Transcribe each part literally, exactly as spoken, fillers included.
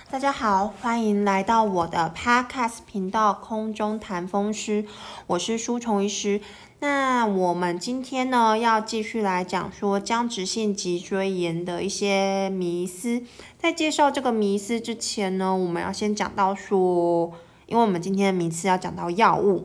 大家好，欢迎来到我的 Podcast 频道空中谈风湿，我是舒虫医师。那我们今天呢，要继续来讲说僵直性脊椎炎的一些迷思。在介绍这个迷思之前呢，我们要先讲到说，因为我们今天的迷思要讲到药物。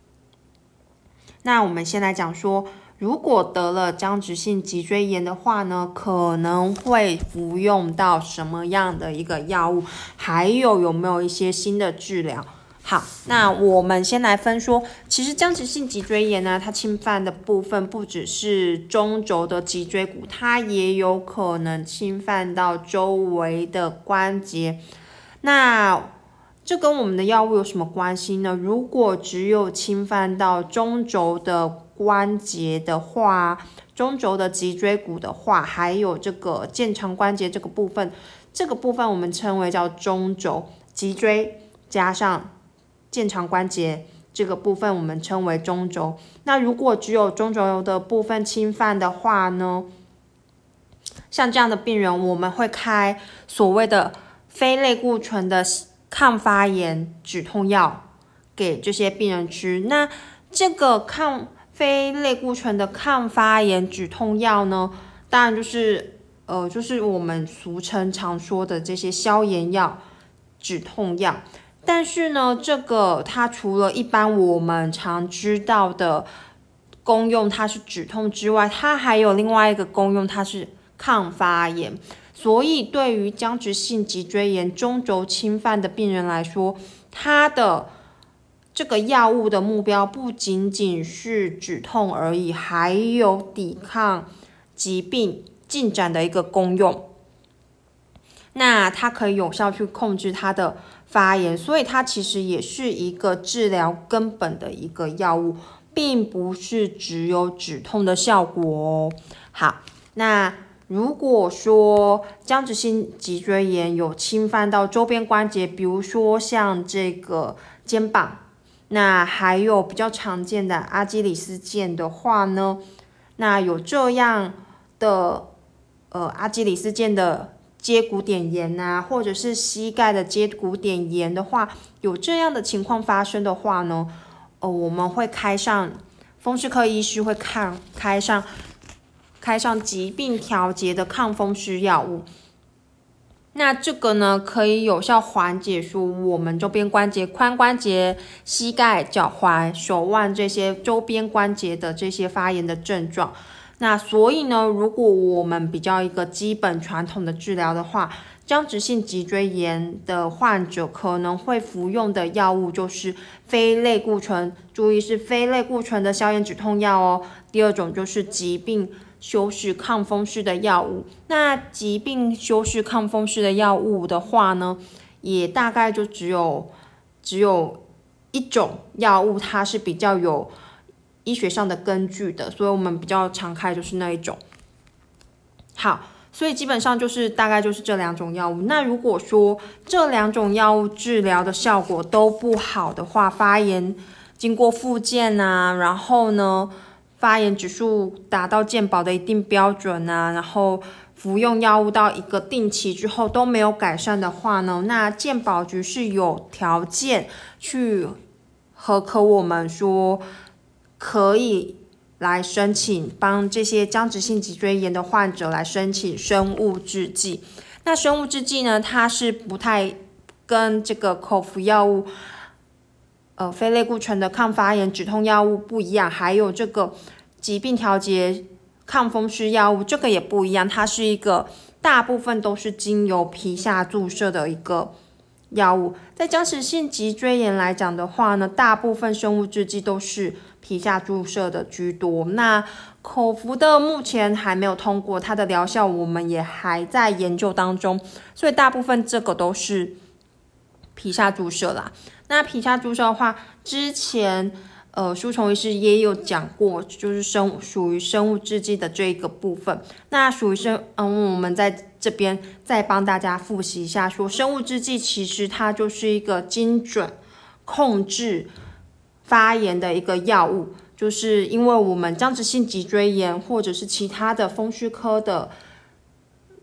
那我们先来讲说，如果得了僵直性脊椎炎的话呢，可能会服用到什么样的一个药物？还有有没有一些新的治疗？好，那我们先来分说，其实僵直性脊椎炎呢，它侵犯的部分不只是中轴的脊椎骨，它也有可能侵犯到周围的关节。那这跟我们的药物有什么关系呢？如果只有侵犯到中轴的关节的话，中轴的脊椎骨的话，还有这个腱长关节这个部分，这个部分我们称为叫中轴，脊椎加上腱长关节这个部分我们称为中轴。那如果只有中轴的部分侵犯的话呢，像这样的病人，我们会开所谓的非类固醇的抗发炎止痛药给这些病人吃。那这个抗非类固醇的抗发炎止痛药呢，当然就是呃，就是我们俗称常说的这些消炎药、止痛药。但是呢，这个它除了一般我们常知道的功用，它是止痛之外，它还有另外一个功用，它是抗发炎。所以对于僵直性脊椎炎中轴侵犯的病人来说，它的这个药物的目标不仅仅是止痛而已，还有抵抗疾病进展的一个功用。那它可以有效去控制它的发炎，所以它其实也是一个治疗根本的一个药物，并不是只有止痛的效果哦。好，那如果说僵直性脊椎炎有侵犯到周边关节，比如说像这个肩膀，那还有比较常见的阿基里斯腱的话呢，那有这样的呃阿基里斯腱的接骨点炎啊，或者是膝盖的接骨点炎的话，有这样的情况发生的话呢，呃，我们会开上风湿科医师会看开上。开上疾病调节的抗风湿药物，那这个呢可以有效缓解说我们周边关节、髋关节、膝盖、脚踝、手腕这些周边关节的这些发炎的症状。那所以呢，如果我们比较一个基本传统的治疗的话，僵直性脊椎炎的患者可能会服用的药物就是非类固醇，注意是非类固醇的消炎止痛药哦。第二种就是疾病修饰抗风湿的药物。那疾病修饰抗风湿的药物的话呢，也大概就只有只有一种药物，它是比较有医学上的根据的，所以我们比较常开就是那一种。好，所以基本上就是大概就是这两种药物。那如果说这两种药物治疗的效果都不好的话，发炎经过复健啊，然后呢发炎指数达到健保的一定标准啊，然后服用药物到一个定期之后都没有改善的话呢，那健保局是有条件去核可我们说可以来申请帮这些僵直性脊椎炎的患者来申请生物制剂。那生物制剂呢，它是不太跟这个口服药物呃，非类固醇的抗发炎止痛药物不一样，还有这个疾病调节抗风湿药物，这个也不一样，它是一个大部分都是经由皮下注射的一个药物。在僵直性脊椎炎来讲的话呢，大部分生物制剂都是皮下注射的居多。那口服的目前还没有通过，它的疗效我们也还在研究当中，所以大部分这个都是皮下注射啦。那皮下注射的话，之前呃舒虫医师也有讲过，就是生属于生物制剂的这一个部分。那属于生嗯，我们在这边再帮大家复习一下说，生物制剂其实它就是一个精准控制发炎的一个药物，就是因为我们僵直性脊椎炎或者是其他的风湿科的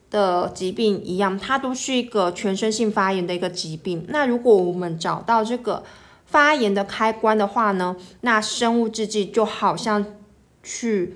的疾病一样，它都是一个全身性发炎的一个疾病。那如果我们找到这个发炎的开关的话呢，那生物制剂就好像去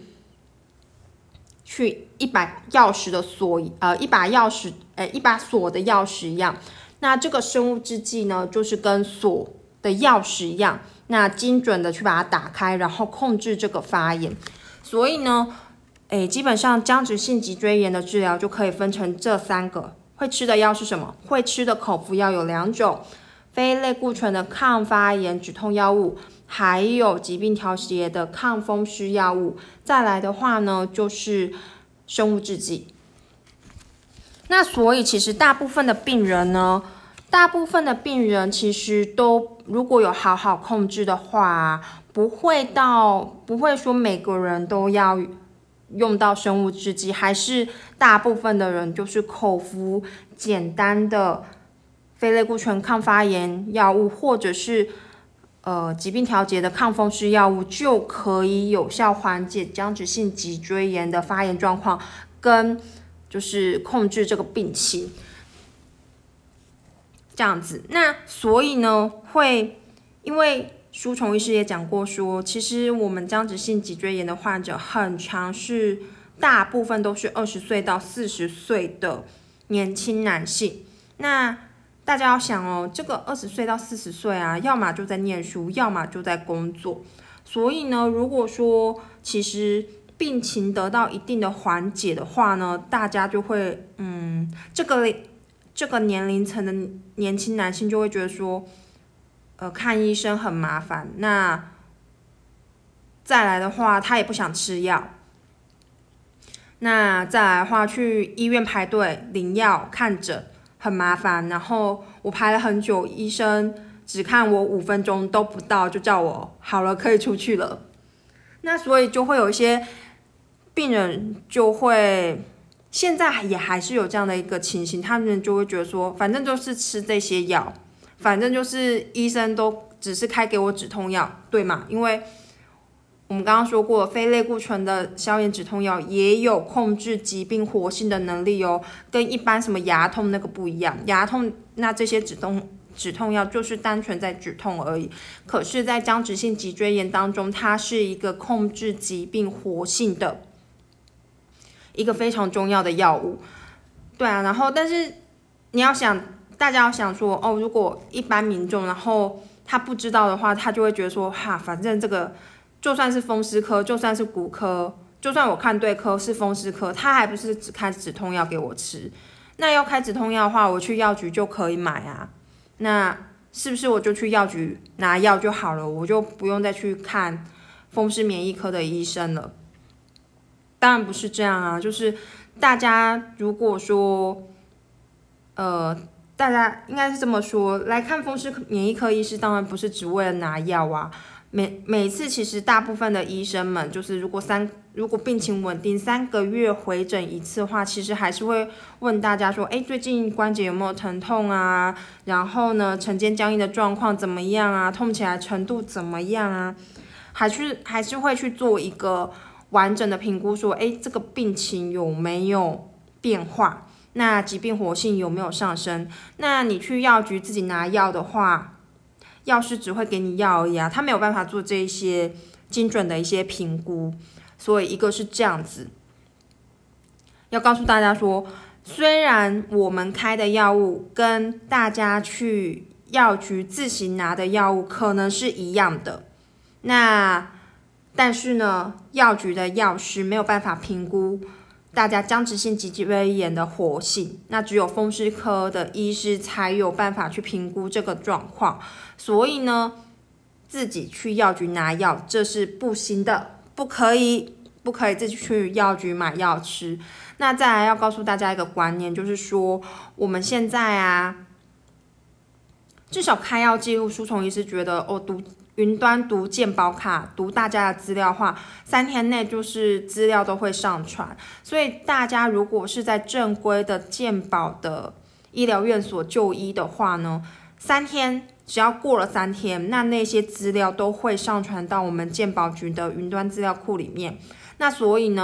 去一把钥匙的锁，呃，一把钥匙，呃，一把锁的钥匙一样。那这个生物制剂呢，就是跟锁的钥匙一样，那精准的去把它打开，然后控制这个发炎。所以呢，诶，基本上僵直性脊椎炎的治疗就可以分成这三个。会吃的药是什么？会吃的口服药有两种，非类固醇的抗发炎止痛药物，还有疾病调节的抗风湿药物。再来的话呢，就是生物制剂。那所以其实大部分的病人呢，大部分的病人其实都如果有好好控制的话，不会到不会说每个人都要用到生物制剂，还是大部分的人就是口服简单的非类固醇抗发炎药物，或者是呃疾病调节的抗风湿药物，就可以有效缓解僵直性脊椎炎的发炎状况，跟就是控制这个病情。这样子，那所以呢，会因为舒虫医师也讲过说，其实我们僵直性脊椎炎的患者很常是大部分都是二十岁到四十岁的年轻男性。那大家要想哦，这个二十岁到四十岁啊，要么就在念书，要么就在工作。所以呢，如果说其实病情得到一定的缓解的话呢，大家就会嗯，这个这个年龄层的年轻男性就会觉得说，呃，看医生很麻烦。那再来的话，他也不想吃药。那再来的话，去医院排队领药看诊很麻烦。然后我排了很久，医生只看我五分钟都不到，就叫我好了，可以出去了。那所以就会有一些病人就会。现在也还是有这样的一个情形，他们就会觉得说，反正就是吃这些药，反正就是医生都只是开给我止痛药，对吗？因为我们刚刚说过，非类固醇的消炎止痛药也有控制疾病活性的能力哦，跟一般什么牙痛那个不一样。牙痛那这些止痛止痛药就是单纯在止痛而已，可是，在僵直性脊椎炎当中，它是一个控制疾病活性的。一个非常重要的药物，对啊，然后但是你要想，大家要想说，哦，如果一般民众，然后他不知道的话，他就会觉得说，哈，反正这个就算是风湿科，就算是骨科，就算我看对科是风湿科，他还不是只开止痛药给我吃？那要开止痛药的话，我去药局就可以买啊，那是不是我就去药局拿药就好了？我就不用再去看风湿免疫科的医生了？当然不是这样啊，就是大家如果说，呃，大家应该是这么说，来看风湿免疫科医师，当然不是只为了拿药啊。每每次其实大部分的医生们，就是如果三如果病情稳定，三个月回诊一次的话，其实还是会问大家说，哎，最近关节有没有疼痛啊？然后呢，晨间僵硬的状况怎么样啊？痛起来程度怎么样啊？还是还是会去做一个完整的评估，说，哎，这个病情有没有变化？那疾病活性有没有上升？那你去药局自己拿药的话，药师只会给你药而已啊，他没有办法做这一些精准的一些评估。所以一个是这样子，要告诉大家说，虽然我们开的药物跟大家去药局自行拿的药物可能是一样的，那但是呢，药局的药师没有办法评估大家僵直性脊椎炎的活性，那只有风湿科的医师才有办法去评估这个状况。所以呢，自己去药局拿药这是不行的，不可以，不可以自己去药局买药吃。那再来要告诉大家一个观念，就是说我们现在啊，至少开药记录，书虫医师觉得哦，读云端读健保卡，读大家的资料的话，三天内就是资料都会上传。所以大家如果是在正规的健保的医疗院所就医的话呢，三天只要过了三天，那那些资料都会上传到我们健保局的云端资料库里面。那所以呢，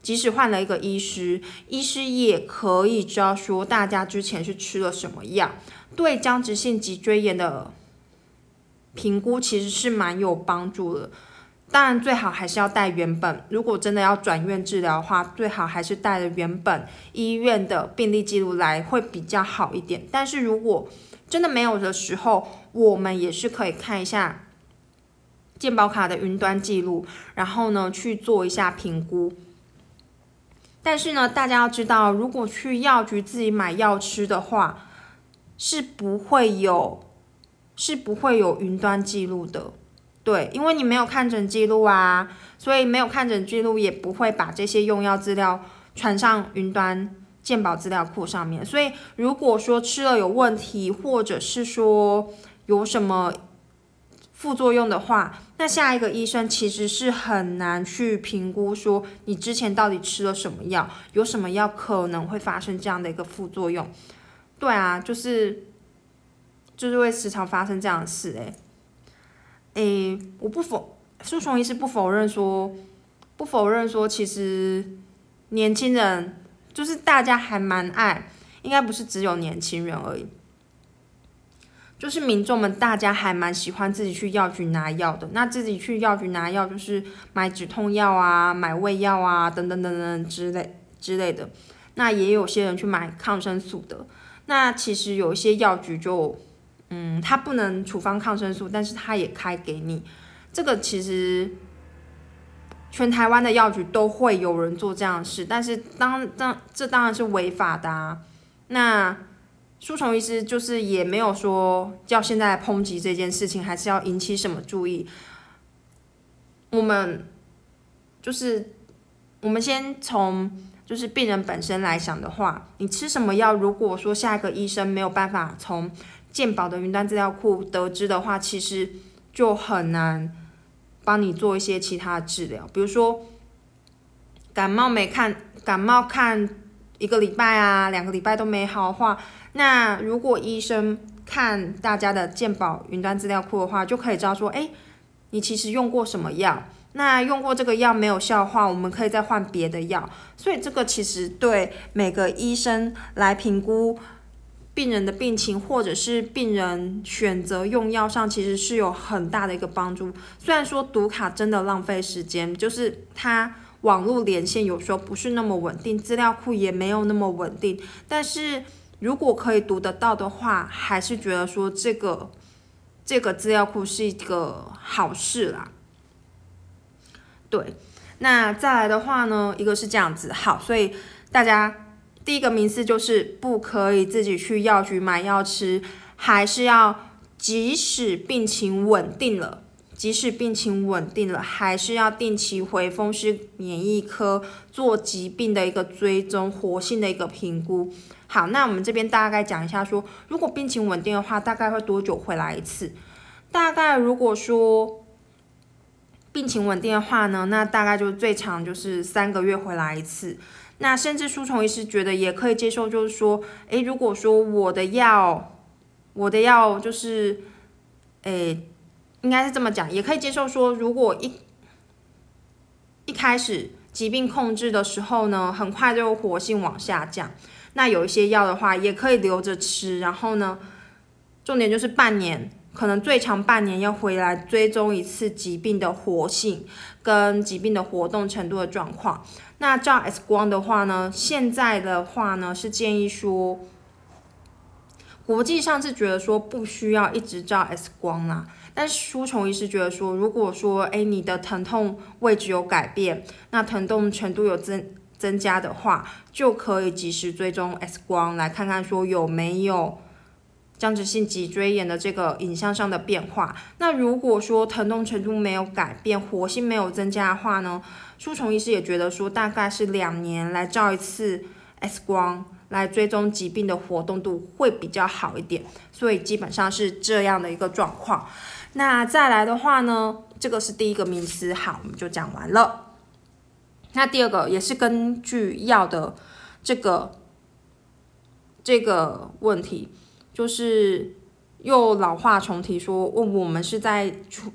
即使换了一个医师，医师也可以知道说大家之前是吃了什么药，对僵直性脊椎炎的评估其实是蛮有帮助的。当然最好还是要带原本，如果真的要转院治疗的话，最好还是带着原本医院的病历记录来会比较好一点。但是如果真的没有的时候，我们也是可以看一下健保卡的云端记录，然后呢去做一下评估。但是呢，大家要知道，如果去药局自己买药吃的话，是不会有是不会有云端记录的。对，因为你没有看诊记录啊，所以没有看诊记录也不会把这些用药资料传上云端健保资料库上面。所以如果说吃了有问题，或者是说有什么副作用的话，那下一个医生其实是很难去评估说你之前到底吃了什么药，有什么药可能会发生这样的一个副作用。对啊，就是就是会时常发生这样的事哎、欸。诶，我不否，苏崇医师不否认说，不否认说，其实年轻人就是大家还蛮爱，应该不是只有年轻人而已，就是民众们大家还蛮喜欢自己去药局拿药的。那自己去药局拿药，就是买止痛药啊，买胃药啊，等等等等之类之类的。那也有些人去买抗生素的。那其实有一些药局就。嗯，他不能处方抗生素，但是他也开给你。这个其实全台湾的药局都会有人做这样的事，但是当当这当然是违法的啊。那苏崇医师就是也没有说叫现在来抨击这件事情，还是要引起什么注意。我们就是我们先从就是病人本身来想的话，你吃什么药，如果说下一个医生没有办法从健保的云端资料库得知的话，其实就很难帮你做一些其他的治疗。比如说感冒没看感冒看一个礼拜啊，两个礼拜都没好的话，那如果医生看大家的健保云端资料库的话，就可以知道说，哎，你其实用过什么药。那用过这个药没有效的话，我们可以再换别的药。所以这个其实对每个医生来评估病人的病情，或者是病人选择用药上，其实是有很大的一个帮助。虽然说读卡真的浪费时间，就是它网络连线有时候不是那么稳定，资料库也没有那么稳定，但是如果可以读得到的话，还是觉得说这个这个资料库是一个好事啦。对，那再来的话呢，一个是这样子，好，所以大家第一个迷思就是不可以自己去药局买药吃，还是要即使病情稳定了，即使病情稳定了，还是要定期回风湿免疫科做疾病的一个追踪，活性的一个评估。好，那我们这边大概讲一下说，如果病情稳定的话，大概会多久回来一次？大概如果说病情稳定的话呢，那大概就最长就是三个月回来一次。那甚至舒虫医师觉得也可以接受，就是说，诶，如果说我的药，我的药就是，诶，应该是这么讲，也可以接受说，如果一一开始疾病控制的时候呢，很快就活性往下降，那有一些药的话也可以留着吃，然后呢，重点就是半年。可能最长半年要回来追踪一次疾病的活性跟疾病的活动程度的状况。那照 X 光的话呢，现在的话呢是建议说，国际上是觉得说不需要一直照 X 光啦。但是舒虫医师觉得说，如果说哎你的疼痛位置有改变，那疼痛程度有增增加的话，就可以及时追踪 X 光来看看说有没有僵直性脊椎炎的这个影像上的变化。那如果说疼痛程度没有改变，活性没有增加的话呢，舒虫医师也觉得说大概是两年来照一次 X 光来追踪疾病的活动度会比较好一点。所以基本上是这样的一个状况。那再来的话呢，这个是第一个迷思，好，我们就讲完了。那第二个也是根据药的这个这个问题。就是又老话重提说，我们是在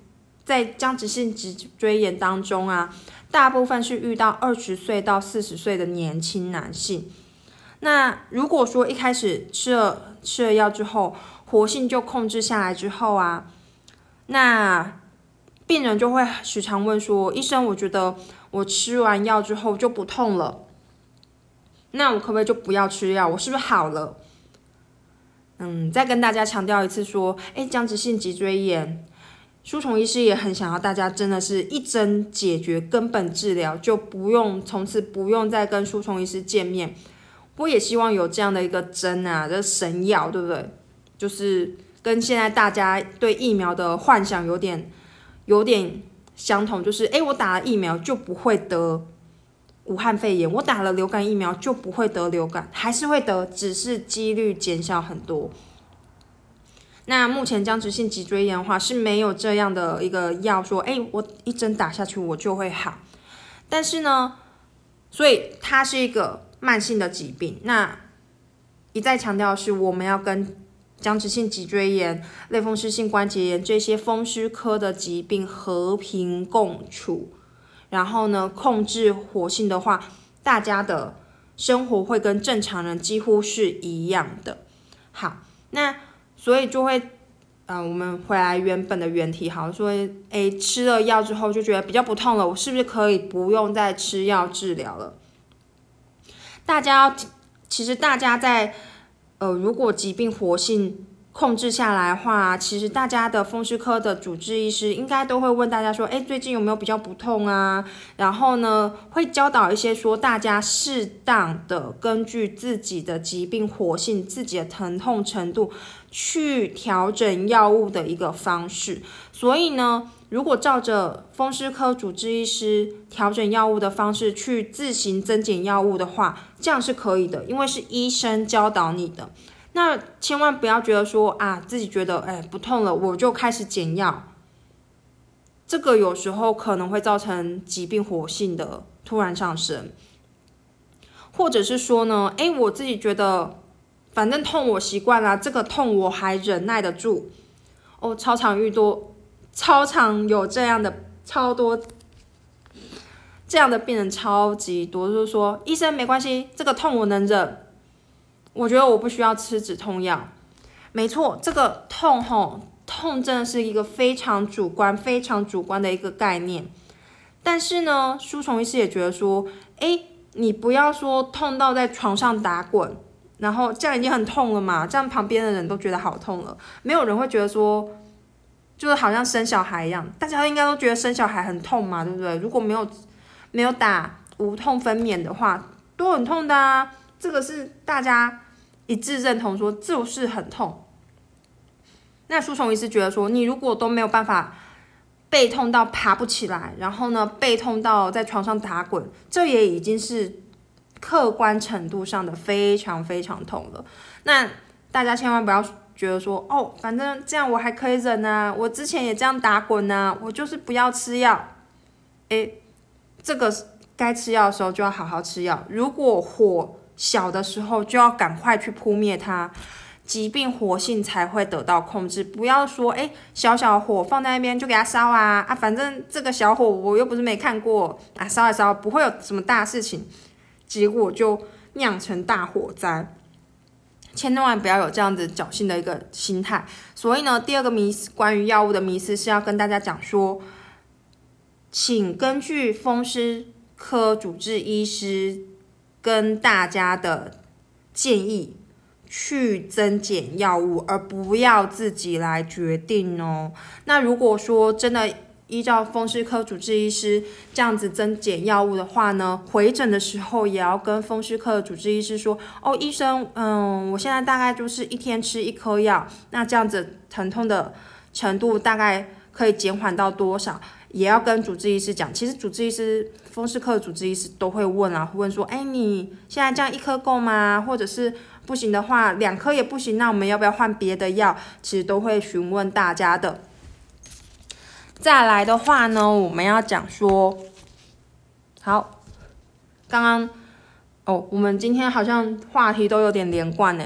在僵直性脊椎炎当中啊，大部分是遇到二十岁到四十岁的年轻男性。那如果说一开始吃了吃了药之后，活性就控制下来之后啊，那病人就会时常问说，医生，我觉得我吃完药之后就不痛了，那我可不可以就不要吃药？我是不是好了？嗯，再跟大家强调一次说，哎，僵直性脊椎炎，舒虫医师也很想要大家真的是一针解决根本治疗，就不用从此不用再跟舒虫医师见面。我也希望有这样的一个针啊，这神药，对不对？就是跟现在大家对疫苗的幻想有点有点相同，就是哎，我打了疫苗就不会得武汉肺炎，我打了流感疫苗就不会得流感，还是会得，只是几率减小很多。那目前僵直性脊椎炎的话是没有这样的一个药说，哎，我一针打下去我就会好。但是呢，所以它是一个慢性的疾病。那一再强调的是，我们要跟僵直性脊椎炎、类风湿性关节炎这些风湿科的疾病和平共处。然后呢，控制活性的话，大家的生活会跟正常人几乎是一样的。好，那所以就会，呃，我们回来原本的原题，好，说，哎，吃了药之后就觉得比较不痛了，我是不是可以不用再吃药治疗了？大家其实大家在，呃，如果疾病活性控制下来的话，其实大家的风湿科的主治医师应该都会问大家说，哎，最近有没有比较不痛啊？然后呢，会教导一些说大家适当的根据自己的疾病活性、自己的疼痛程度去调整药物的一个方式。所以呢，如果照着风湿科主治医师调整药物的方式去自行增减药物的话，这样是可以的，因为是医生教导你的。那千万不要觉得说啊，自己觉得哎不痛了，我就开始减药，这个有时候可能会造成疾病活性的突然上升，或者是说呢，哎，我自己觉得反正痛我习惯了，这个痛我还忍耐得住。哦，超常遇多，超常有这样的超多这样的病人超级多，就是说医生没关系，这个痛我能忍。我觉得我不需要吃止痛药。没错，这个痛吼，痛真的是一个非常主观、非常主观的一个概念。但是呢，舒虫医师也觉得说，哎，你不要说痛到在床上打滚，然后这样已经很痛了嘛，这样旁边的人都觉得好痛了，没有人会觉得说，就是好像生小孩一样，大家应该都觉得生小孩很痛嘛，对不对？如果没有没有打无痛分娩的话，都很痛的啊，这个是大家一致认同说就是很痛。那舒虫医师觉得说，你如果都没有办法背痛到爬不起来，然后呢背痛到在床上打滚，这也已经是客观程度上的非常非常痛了。那大家千万不要觉得说，哦，反正这样我还可以忍啊，我之前也这样打滚啊，我就是不要吃药。诶，这个该吃药的时候就要好好吃药，如果火小的时候就要赶快去扑灭它，疾病活性才会得到控制。不要说哎，小小火放在那边就给它烧啊啊，反正这个小火我又不是没看过啊，烧一烧不会有什么大事情，结果就酿成大火灾。千万不要有这样子侥幸的一个心态。所以呢，第二个迷思，关于药物的迷思是要跟大家讲说，请根据风湿科主治医师跟大家的建议去增减药物，而不要自己来决定哦。那如果说真的依照风湿科主治医师这样子增减药物的话呢，回诊的时候也要跟风湿科的主治医师说，哦，医生，嗯，我现在大概就是一天吃一颗药，那这样子疼痛的程度大概可以减缓到多少？也要跟主治医师讲。其实主治医师、风湿科的主治医师都会问啊，会问说，哎，你现在这样一颗够吗？或者是不行的话，两颗也不行，那我们要不要换别的药？其实都会询问大家的。再来的话呢，我们要讲说，好，刚刚哦，我们今天好像话题都有点连贯呢。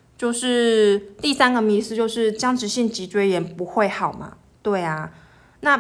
就是第三个迷思，就是僵直性脊椎炎不会好嘛？对啊，那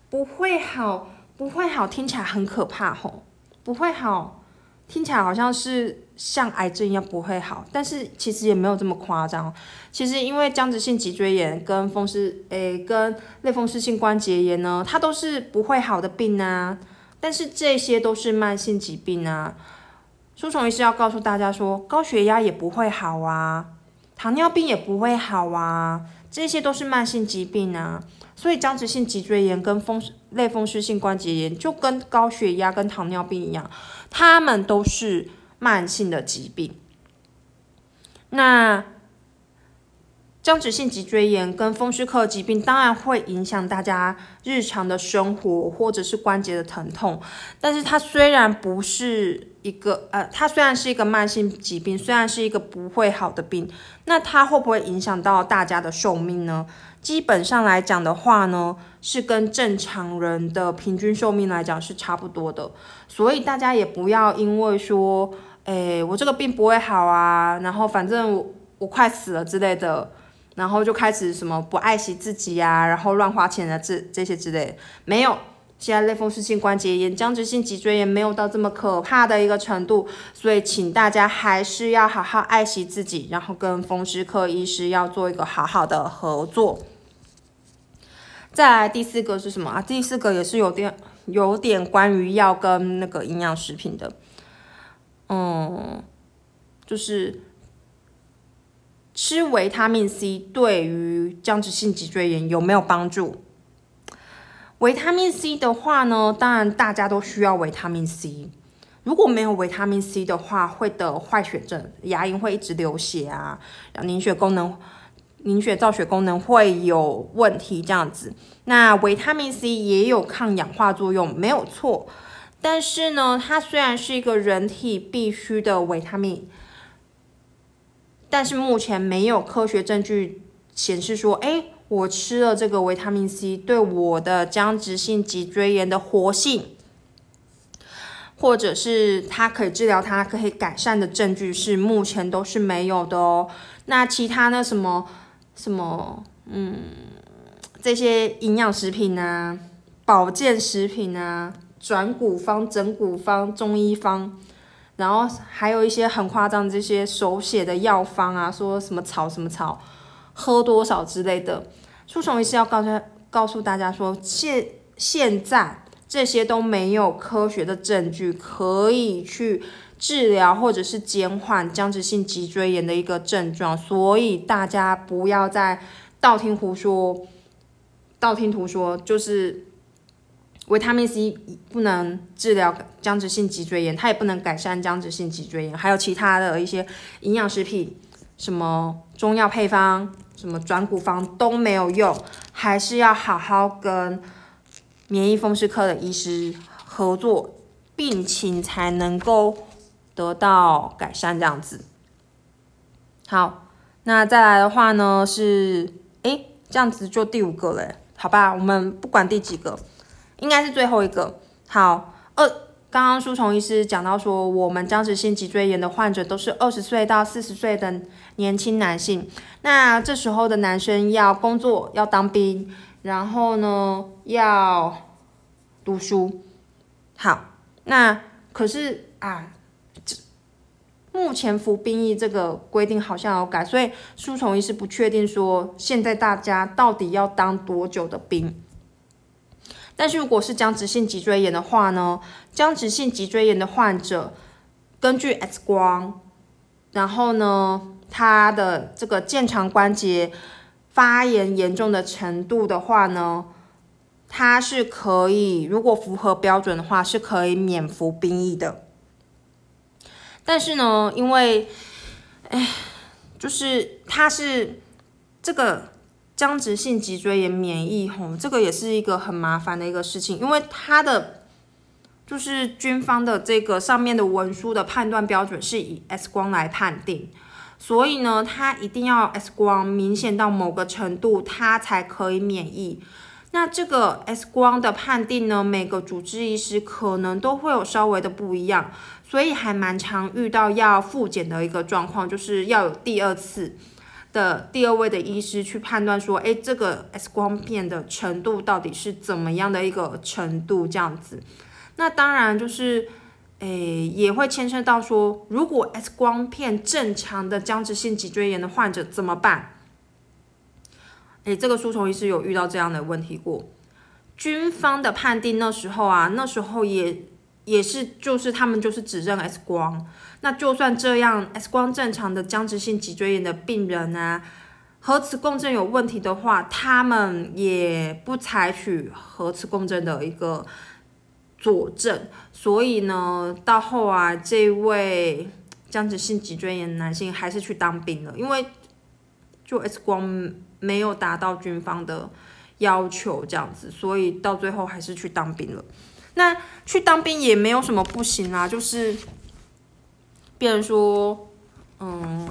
不会好，不会好，听起来很可怕吼，不会好，听起来好像是像癌症一样不会好，但是其实也没有这么夸张。其实因为僵直性脊椎炎跟风湿诶跟类风湿性关节炎呢，它都是不会好的病啊，但是这些都是慢性疾病啊。书虫医师要告诉大家说，高血压也不会好啊，糖尿病也不会好啊，这些都是慢性疾病啊。所以僵直性脊椎炎跟风类风湿性关节炎就跟高血压跟糖尿病一样，它们都是慢性的疾病。那僵直性脊椎炎跟风湿科疾病当然会影响大家日常的生活或者是关节的疼痛，但是它虽然不是一个呃，它虽然是一个慢性疾病，虽然是一个不会好的病，那它会不会影响到大家的寿命呢？基本上来讲的话呢，是跟正常人的平均寿命来讲是差不多的，所以大家也不要因为说，诶，我这个病不会好啊，然后反正我我快死了之类的。然后就开始什么不爱惜自己啊，然后乱花钱啊，这这些之类的，没有。现在类风湿性关节炎、僵直性脊椎炎没有到这么可怕的一个程度，所以请大家还是要好好爱惜自己，然后跟风湿科医师要做一个好好的合作。再来第四个是什么啊？第四个也是有点有点关于药跟那个营养食品的，嗯，就是吃维他命 C 对于僵直性脊椎炎有没有帮助？维他命 C 的话呢，当然大家都需要维他命 C。如果没有维他命 C 的话，会得坏血症，牙龈会一直流血啊，凝血功能、凝血造血功能会有问题这样子。那维他命 C 也有抗氧化作用，没有错。但是呢，它虽然是一个人体必须的维他命，但是目前没有科学证据显示说，哎，我吃了这个维他命 C 对我的僵直性脊椎炎的活性，或者是它可以治疗它可以改善的证据是目前都是没有的哦。那其他呢什么什么嗯这些营养食品啊、保健食品啊、转骨方、整骨方、中医方。然后还有一些很夸张这些手写的药方啊，说什么草什么草，喝多少之类的。书虫医师要告诉告诉大家说，现现在这些都没有科学的证据可以去治疗或者是减缓僵直性脊椎炎的一个症状，所以大家不要再道听途说，道听途说就是。维他命 C 不能治疗僵直性脊椎炎，它也不能改善僵直性脊椎炎，还有其他的一些营养食品，什么中药配方、什么转骨方都没有用，还是要好好跟免疫风湿科的医师合作，病情才能够得到改善这样子。好，那再来的话呢是，诶，这样子就第五个了，好吧，我们不管第几个。应该是最后一个。好，二刚刚书虫医师讲到说，我们僵直性脊椎炎的患者都是二十岁到四十岁的年轻男性。那这时候的男生要工作，要当兵，然后呢要读书。好，那可是啊，目前服兵役这个规定好像有改，所以书虫医师不确定说现在大家到底要当多久的兵。但是如果是僵直性脊椎炎的话呢，僵直性脊椎炎的患者根据 X 光，然后呢，他的这个腱肠关节发炎严重的程度的话呢，他是可以，如果符合标准的话，是可以免服兵役的。但是呢，因为，哎，就是他是这个。僵直性脊椎炎免疫吼，这个也是一个很麻烦的一个事情，因为它的就是军方的这个上面的文书的判断标准是以 X 光来判定，所以呢，它一定要 X 光明显到某个程度，它才可以免疫。那这个 X 光的判定呢，每个主治医师可能都会有稍微的不一样，所以还蛮常遇到要复检的一个状况，就是要有第二次的第二位的医师去判断说，哎，这个 X 光片的程度到底是怎么样的一个程度这样子。那当然就是，诶，也会牵涉到说，如果 X 光片正常的僵直性脊椎炎的患者怎么办？诶，这个书虫医师有遇到这样的问题过。军方的判定那时候啊，那时候也也是就是他们就是只认 X 光。那就算这样 ，X 光正常的僵直性脊椎炎的病人啊，核磁共振有问题的话，他们也不采取核磁共振的一个佐证。所以呢，到后啊，这位僵直性脊椎炎男性还是去当兵了，因为就 X 光没有达到军方的要求，这样子，所以到最后还是去当兵了。那去当兵也没有什么不行啊，就是别人说，嗯，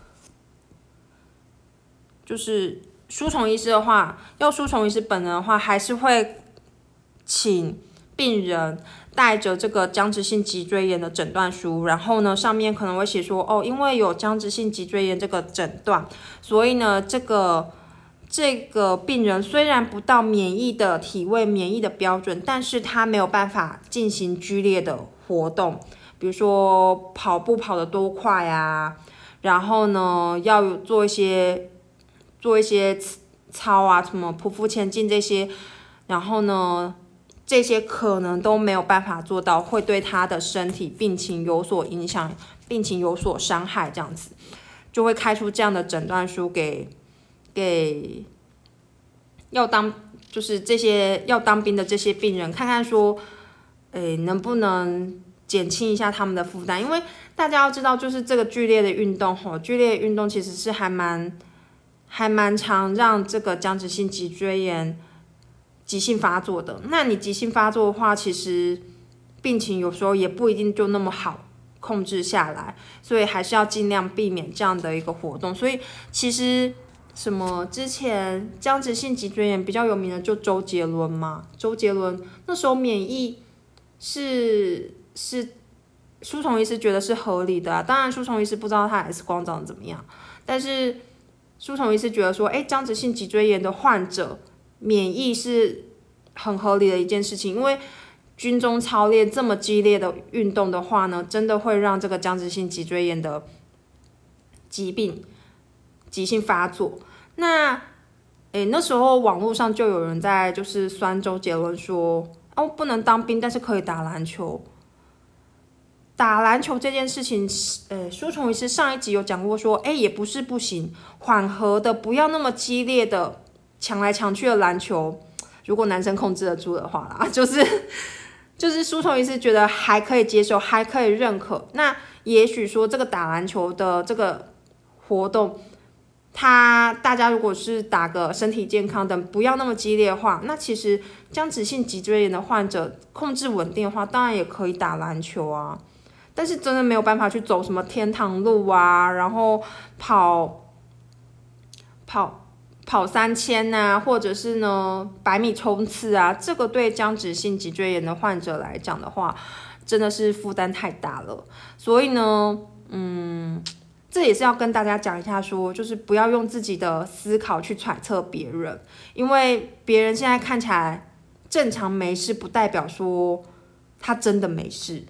就是书虫医师的话，要书虫医师本人的话，还是会请病人带着这个僵直性脊椎炎的诊断书，然后呢，上面可能会写说，哦，因为有僵直性脊椎炎这个诊断，所以呢，这个这个病人虽然不到免疫的体位、免疫的标准，但是他没有办法进行剧烈的活动，比如说跑步跑得多快啊，然后呢，要做一些做一些操啊，什么匍匐前进这些，然后呢，这些可能都没有办法做到，会对他的身体病情有所影响，病情有所伤害，这样子就会开出这样的诊断书给给要当就是这些要当兵的这些病人，看看说，诶，能不能减轻一下他们的负担？因为大家要知道，就是这个剧烈的运动吼，剧烈的运动其实是还蛮还蛮常让这个僵直性脊椎炎急性发作的。那你急性发作的话，其实病情有时候也不一定就那么好控制下来，所以还是要尽量避免这样的一个活动。所以其实什么之前僵直性脊椎炎比较有名的就周杰伦嘛，周杰伦那时候免疫是是书虫医师觉得是合理的啊，当然书虫医师不知道他 X 光长得怎么样，但是书虫医师觉得说，哎，僵直性脊椎炎的患者免疫是很合理的一件事情，因为军中操练这么激烈的运动的话呢，真的会让这个僵直性脊椎炎的疾病急性发作。那诶，那时候网络上就有人在就是酸周杰伦说，哦，不能当兵，但是可以打篮球。打篮球这件事情，呃，书虫医师上一集有讲过说，哎，也不是不行，缓和的，不要那么激烈的抢来抢去的篮球，如果男生控制得住的话啦，就是就是书虫医师觉得还可以接受，还可以认可。那也许说这个打篮球的这个活动，他大家如果是打个身体健康的，不要那么激烈的话，那其实僵直性脊椎炎的患者控制稳定的话，当然也可以打篮球啊。但是真的没有办法去走什么天堂路啊，然后跑跑跑三千啊，或者是呢百米冲刺啊，这个对僵直性脊椎炎的患者来讲的话，真的是负担太大了。所以呢，嗯，这也是要跟大家讲一下说，就是不要用自己的思考去揣测别人，因为别人现在看起来正常没事，不代表说他真的没事。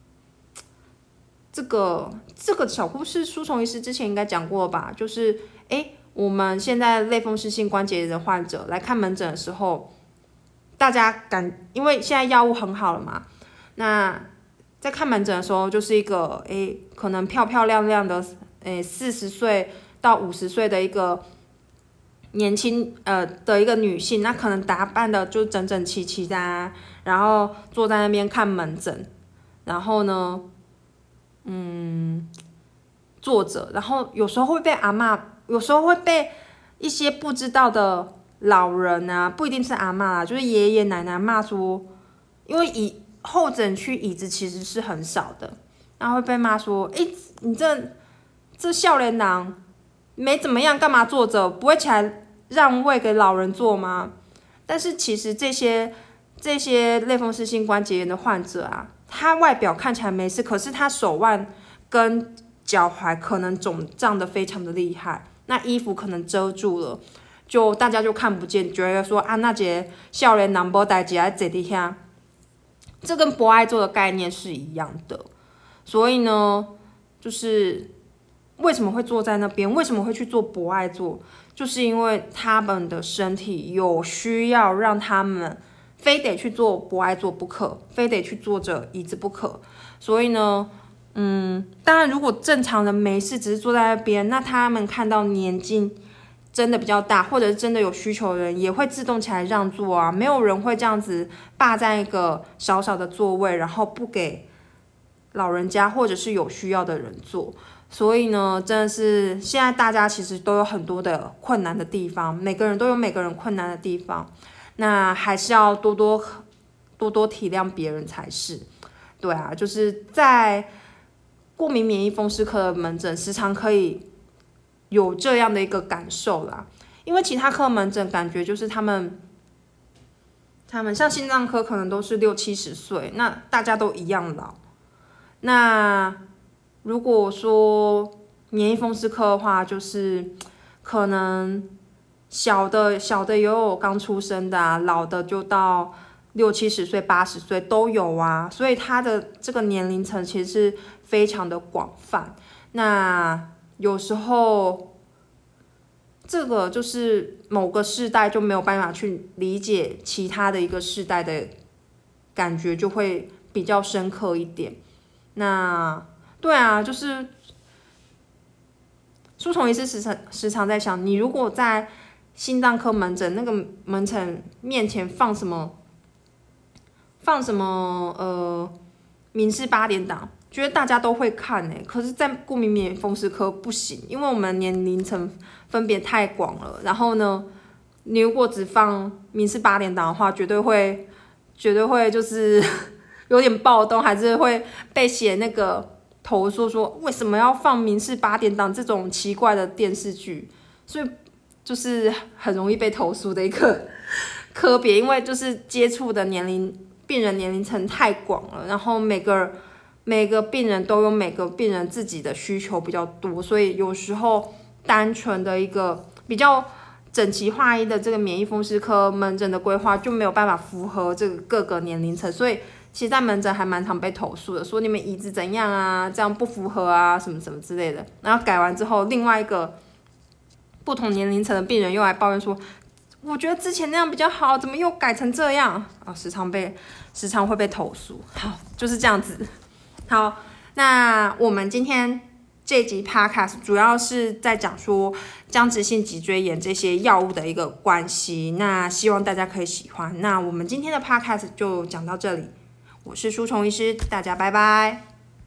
这个这个小故事，书虫医师之前应该讲过吧？就是，哎，我们现在类风湿性关节炎的患者来看门诊的时候，大家感，因为现在药物很好了嘛，那在看门诊的时候，就是一个，哎，可能漂漂亮亮的，哎，四十岁到五十岁的一个年轻呃的一个女性，那可能打扮的就整整齐齐的啊，然后坐在那边看门诊，然后呢，嗯，坐着，然后有时候会被阿嬷，有时候会被一些不知道的老人啊，不一定是阿嬷啦，就是爷爷奶奶骂说，因为椅候诊区椅子其实是很少的，然后会被骂说，哎，你这这少年郎没怎么样，干嘛坐着？不会起来让位给老人坐吗？但是其实这些这些类风湿性关节炎的患者啊，他外表看起来没事，可是他手腕跟脚踝可能肿胀的非常的厉害。 那衣服可能遮住了，就大家就看不见，觉得说啊，那个少年人无代志还坐伫遐，这跟博爱座的概念是一样的。所以呢，就是为什么会坐在那边？为什么会去做博爱座？就是因为他们的身体有需要让他们非得去做博爱座不可，非得去坐着椅子不可。所以呢，嗯，当然如果正常人没事，只是坐在那边，那他们看到年纪真的比较大，或者是真的有需求的人，也会自动起来让座啊。没有人会这样子霸占一个小小的座位，然后不给老人家或者是有需要的人坐。所以呢，真的是现在大家其实都有很多的困难的地方，每个人都有每个人困难的地方，那还是要多多多多体谅别人才是。对啊，就是在过敏免疫风湿科的门诊，时常可以有这样的一个感受啦。因为其他科门诊感觉就是他们，他们像心脏科可能都是六七十岁，那大家都一样老。那如果说免疫风湿科的话，就是可能小的小的也有刚出生的啊，老的就到六七十岁、八十岁都有啊，所以它的这个年龄层其实是非常的广泛。那有时候这个就是某个世代就没有办法去理解其他的一个世代的感觉，就会比较深刻一点。那对啊，就是书虫医师时常时常在想，你如果在心脏科门诊那个门诊面前放什么放什么呃民视八点档，觉得大家都会看哎、欸，可是，在过敏免疫风湿科不行，因为我们年龄层分别太广了。然后呢，你如果只放民视八点档的话，绝对会绝对会就是有点暴动，还是会被写那个投诉说为什么要放民视八点档这种奇怪的电视剧，所以就是很容易被投诉的一个科别，因为就是接触的年龄病人年龄层太广了，然后每个每个病人都有每个病人自己的需求比较多，所以有时候单纯的一个比较整齐划一的这个免疫风湿科门诊的规划就没有办法符合这个各个年龄层，所以其实在门诊还蛮常被投诉的，说你们椅子怎样啊，这样不符合啊，什么什么之类的。然后改完之后，另外一个不同年龄层的病人又来抱怨说，我觉得之前那样比较好，怎么又改成这样啊？时常被时常会被投诉。好，就是这样子。好，那我们今天这集 podcast 主要是在讲说僵直性脊椎炎这些药物的一个关系，那希望大家可以喜欢。那我们今天的 podcast 就讲到这里，我是书虫医师，大家拜拜。